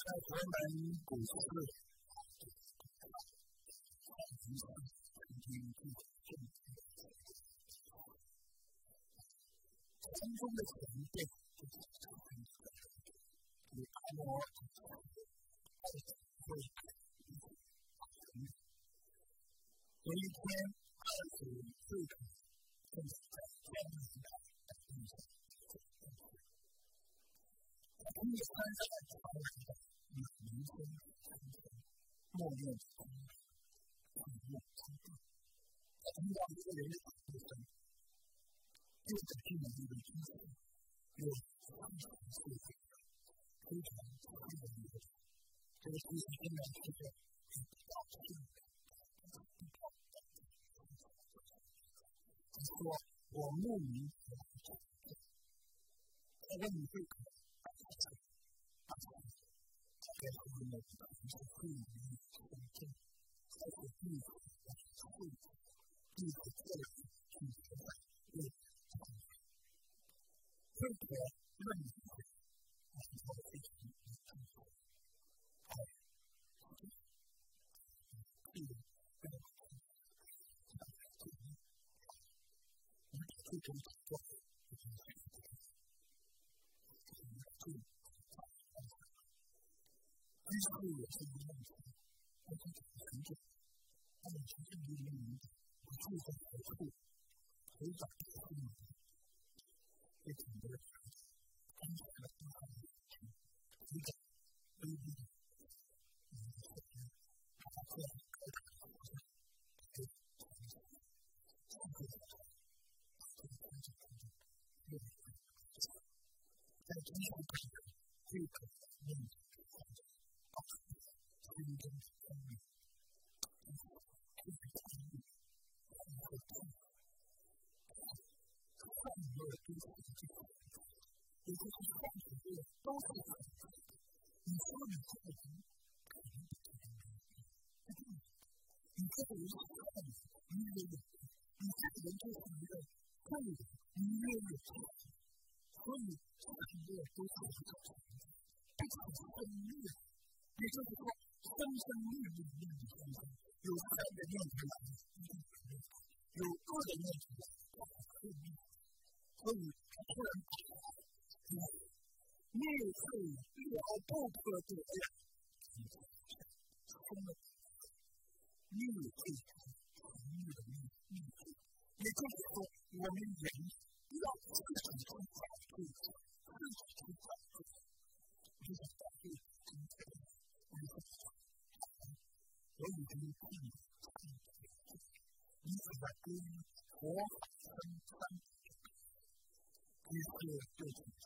我们古时城中的前辈有达摩有一天25岁的正在天上的地上从你山上传来的有名声默念听到一个人的呼声就是这么一位君子有30岁非常快乐的一个人这个故事真的是个他说我慕名他问你会可大概是因为他是会议开始地址地址做了去吃饭这个问题是他的非常最终做但是也是一个问题我是很久他们全是一个名字我住在何处谁找这个名字这整个刚才的地方一个微微的他这样在中国这个面积空中方面看没有多少的这个也就是看很多都是你说你这个人你这个人是看你也有你这个人就是一个对的你也有所以很多都是非常深入也就是说深深入入的面积当中有善的念头有恶的念头所以突然灭罪了不可得呀灭罪也就是说我们人要自己去找对自己去找对就是找对我已经看你怎么跟佛法分三于是就请他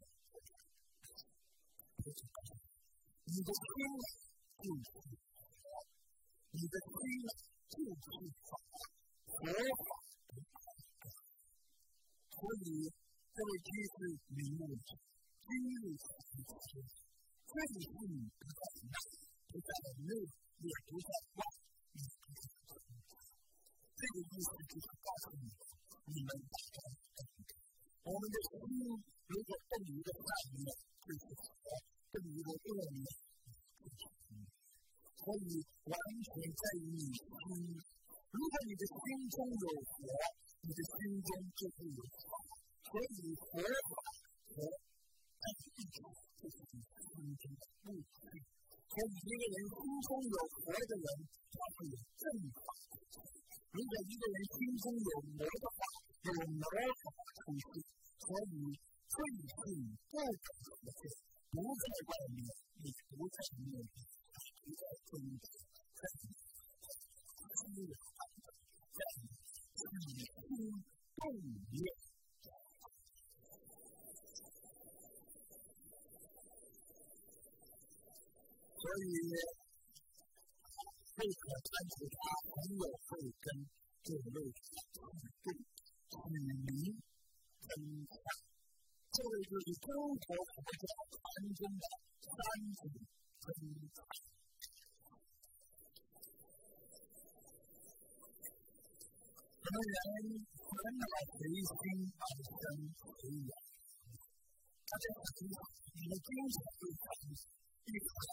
你的心就是你的心就是佛法所以这位居士明悟今日这里是你不在那不在内也不在外这个意思就是告诉你你们大家我们的心如果动于一个善念就是佛动于一个恶念所以完全在于你心如果你的心中有佛你的心中就会有法所以佛法佛在一种就是你心中的目的所以一个人心中有佛的人他会有正法如果一个人心中有魔的话有魔法出现所以最是不可得不在外面也不在内不在中间在你心动念所以不可贪图他很有慧根这位与民分享这位就是中国佛教禅宗的三祖分享我们人烦恼随心而生随缘大家很清楚你们经常会看一个很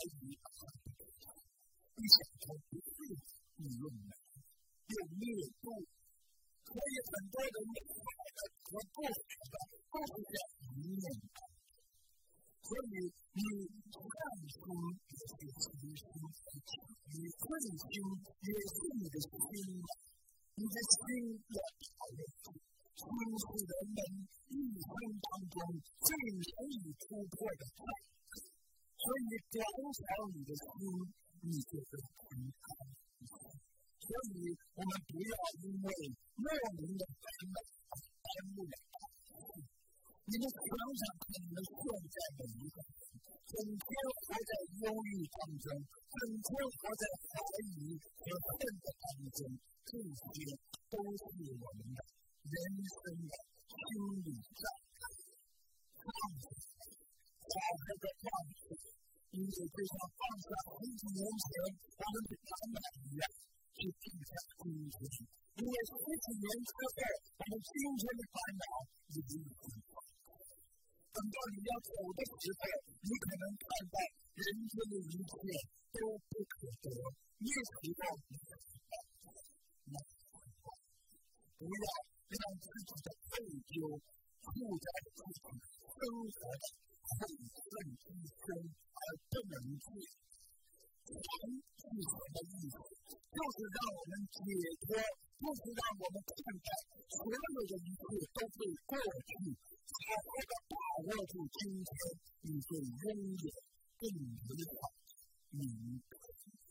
多人有好的和不好的都是在一面的。所以你看清也是其心，你顺心也是你的心，你的心要把握住，心是人们一生当中最难以突破的态度。所以转小你的心，你就会平安。所以我们不要因为莫名的烦恼而耽误了大事。你们想想看，你们现在的一个人，整天活在忧郁当中，整天活在怀疑和恨的当中，这些都是我们的人生的心理障碍。放下，好好的放下，因为就像放下10几年前我们的烦恼一样，是放下今天。因为10几年之后，我们今天的烦恼已经很少。等到你要走的时候，你可能看到人间的一切都不可得，越希望你的时候，不要让自己的愧疚附在自己生活的悔恨之中而不能去。禅是什么意思？就是让我们解脱，就是让我们看待所有的一切都会过去，好好的把握住今天，你就拥有更美好的明天。